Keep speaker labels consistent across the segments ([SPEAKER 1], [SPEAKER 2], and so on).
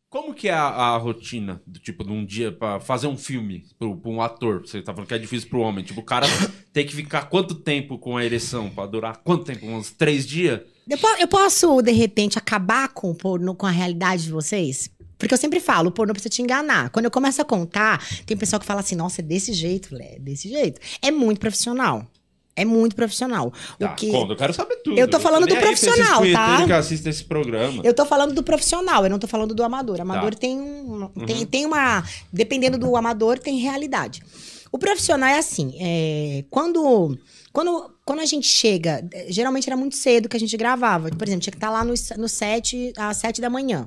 [SPEAKER 1] Como que é a rotina do tipo de um dia pra fazer um filme pra um ator? Você tá falando que é difícil pro homem. Tipo, o cara tem que ficar quanto tempo com a ereção? Pra durar quanto tempo? Uns 3 dias?
[SPEAKER 2] Eu posso, de repente, acabar com o pornô, com a realidade de vocês? Porque eu sempre falo, o pornô precisa te enganar. Quando eu começo a contar, tem pessoal que fala assim, nossa, é desse jeito, Lé, é desse jeito. É muito profissional. É muito profissional.
[SPEAKER 1] Tá, eu quero saber tudo.
[SPEAKER 2] Eu tô falando do profissional, tá?
[SPEAKER 1] Que assiste esse programa.
[SPEAKER 2] Eu tô falando do profissional, eu não tô falando do amador. O amador tem uma... Dependendo do amador, tem realidade. O profissional é assim, quando a gente chega... Geralmente era muito cedo que a gente gravava. Por exemplo, tinha que estar lá no set às 7 da manhã.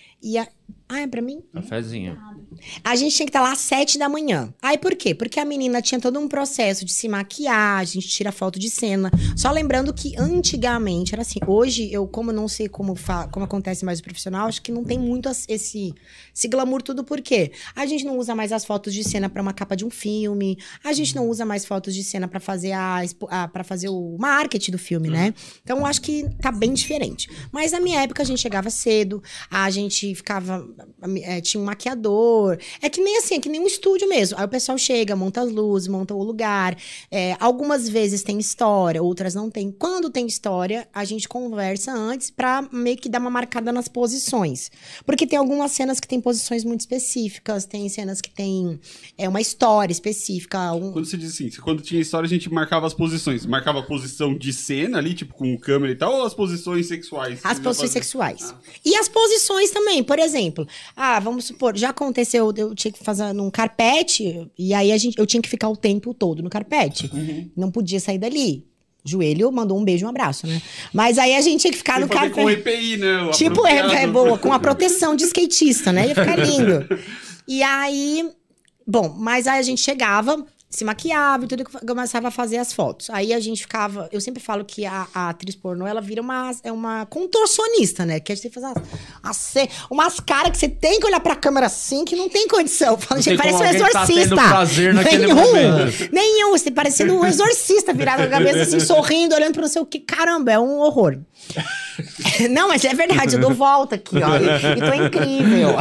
[SPEAKER 2] É pra mim?
[SPEAKER 1] Cafézinho.
[SPEAKER 2] A gente tinha que estar lá às 7 da manhã. Aí por quê? Porque a menina tinha todo um processo de se maquiar, a gente tira foto de cena. Só lembrando que antigamente era assim. Hoje, como não sei como acontece mais o profissional, acho que não tem muito esse glamour tudo. Por quê? A gente não usa mais as fotos de cena pra uma capa de um filme. A gente não usa mais fotos de cena pra fazer para fazer o marketing do filme, né? Então, eu acho que tá bem diferente. Mas na minha época, a gente chegava cedo, a gente ficava... tinha um maquiador. É que nem assim, é que nem um estúdio mesmo. Aí o pessoal chega, monta as luzes, monta o lugar. Algumas vezes tem história, outras não tem. Quando tem história, a gente conversa antes pra meio que dar uma marcada nas posições. Porque tem algumas cenas que tem posições muito específicas, tem cenas que tem uma história específica.
[SPEAKER 3] Quando você diz assim, quando tinha história, a gente marcava as posições. Marcava a posição de cena ali, tipo com câmera e tal, ou as posições sexuais?
[SPEAKER 2] As posições sexuais. E as posições também, por exemplo. Vamos supor, já aconteceu, eu tinha que fazer num carpete, e aí eu tinha que ficar o tempo todo no carpete. Não podia sair dali. Joelho mandou um beijo, um abraço, né? Mas aí a gente tinha que ficar no carpete.
[SPEAKER 3] Com EPI, né?
[SPEAKER 2] Tipo, boa, com a proteção de skatista, né? Ia ficar lindo. E aí, bom, mas aí a gente chegava, se maquiava e tudo, começava a fazer as fotos. Aí a gente ficava... Eu sempre falo que a atriz pornô, ela vira uma contorcionista, né? Que a gente tem que fazer umas caras que você tem que olhar pra câmera assim, que não tem condição. Gente, parece um exorcista.
[SPEAKER 1] Tá prazer naquele momento.
[SPEAKER 2] Nenhum. Você parecendo um exorcista virado a cabeça assim, sorrindo, olhando pra não sei o que. Caramba, é um horror. Não, mas é verdade. Eu dou volta aqui, ó. E tô incrível.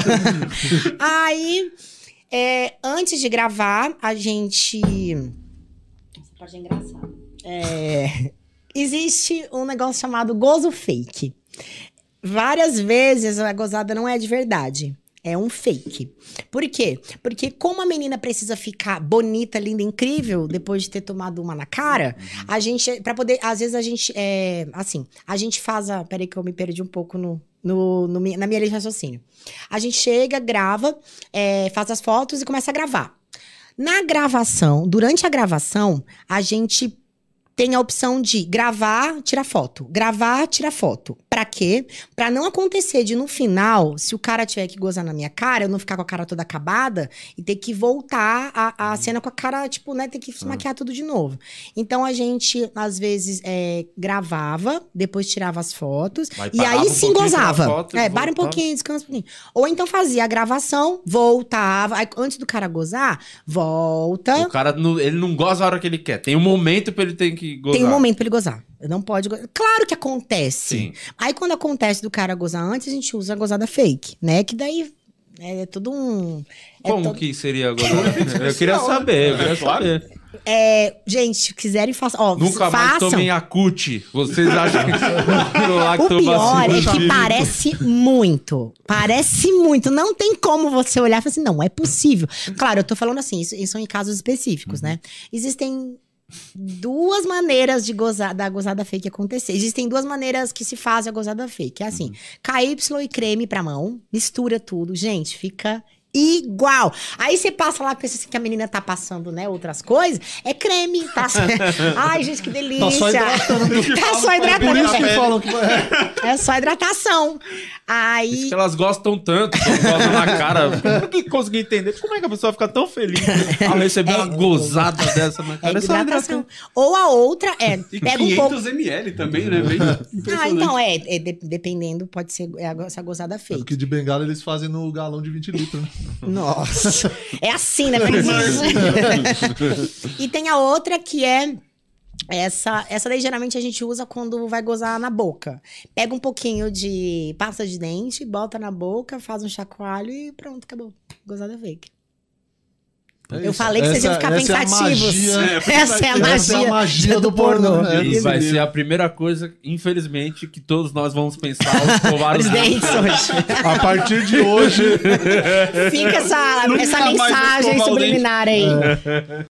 [SPEAKER 2] Aí... antes de gravar, a gente... Essa parte é engraçada. Existe um negócio chamado gozo fake. Várias vezes a gozada não é de verdade. É um fake. Por quê? Porque como a menina precisa ficar bonita, linda, incrível, depois de ter tomado uma na cara, a gente... Pra poder... Às vezes a gente... assim, a gente faz peraí que eu me perdi um pouco na minha linha de raciocínio. A gente chega, grava, faz as fotos e começa a gravar. Na gravação, durante a gravação, a gente tem a opção de gravar, tirar foto. Gravar, tirar foto. Pra quê? Pra não acontecer de, no final, se o cara tiver que gozar na minha cara, eu não ficar com a cara toda acabada e ter que voltar a cena com a cara, tipo, né? Ter que se maquiar tudo de novo. Então, a gente, às vezes, gravava, depois tirava as fotos e aí sim gozava. Para um pouquinho, descansa um pouquinho. Ou então fazia a gravação, voltava. Aí, antes do cara gozar, volta.
[SPEAKER 1] O cara, ele não goza a hora que ele quer. Tem um momento pra ele ter que gozar.
[SPEAKER 2] Tem um momento pra ele gozar. Não pode gozar. Claro que acontece.
[SPEAKER 1] Sim.
[SPEAKER 2] Aí quando acontece do cara gozar antes, a gente usa a gozada fake, né? Que daí é tudo um...
[SPEAKER 1] Como que seria a gozada? Eu queria saber,
[SPEAKER 2] gente, se quiserem, façam. Ó,
[SPEAKER 1] nunca mais tomem Yakult. Vocês acham que
[SPEAKER 2] o pior é que parece muito. Parece muito. Não tem como você olhar e falar assim, não, é possível. Claro, eu tô falando assim, isso são em casos específicos, né? Existem duas maneiras da gozada fake acontecer. Existem duas maneiras que se faz a gozada fake. É assim, KY e creme pra mão, mistura tudo. Gente, fica igual. Aí você passa lá, pensa assim que a menina tá passando, né, outras coisas. É creme, tá? Ai, gente, que delícia. Tá só hidratando. Tá só hidratando.
[SPEAKER 4] Por isso que falam que
[SPEAKER 2] é só hidratação. Aí...
[SPEAKER 1] Isso que elas gostam tanto, quando gostam na cara. Eu não consegui entender. Como é que a pessoa fica tão feliz ao receber uma gozada dessa na cara?
[SPEAKER 2] É hidratação. Ou a outra
[SPEAKER 3] e
[SPEAKER 2] pega
[SPEAKER 3] 500
[SPEAKER 2] um pouco...
[SPEAKER 3] ml também, né? Bem impressionante.
[SPEAKER 2] Então, dependendo, pode ser essa gozada fake.
[SPEAKER 4] Porque de bengala eles fazem no galão de 20 litros, né?
[SPEAKER 2] Nossa. É assim, né? E tem a outra que é Essa daí geralmente a gente usa quando vai gozar na boca. Pega um pouquinho de pasta de dente, bota na boca, faz um chacoalho e pronto, acabou. Gozada fake. Eu falei que vocês iam ficar pensativos. Essa é a magia do pornô.
[SPEAKER 1] E vai ser a primeira coisa, infelizmente, que todos nós vamos pensar ao escovar os
[SPEAKER 2] dentes hoje.
[SPEAKER 4] A partir de hoje.
[SPEAKER 2] Fica essa mensagem subliminar aí.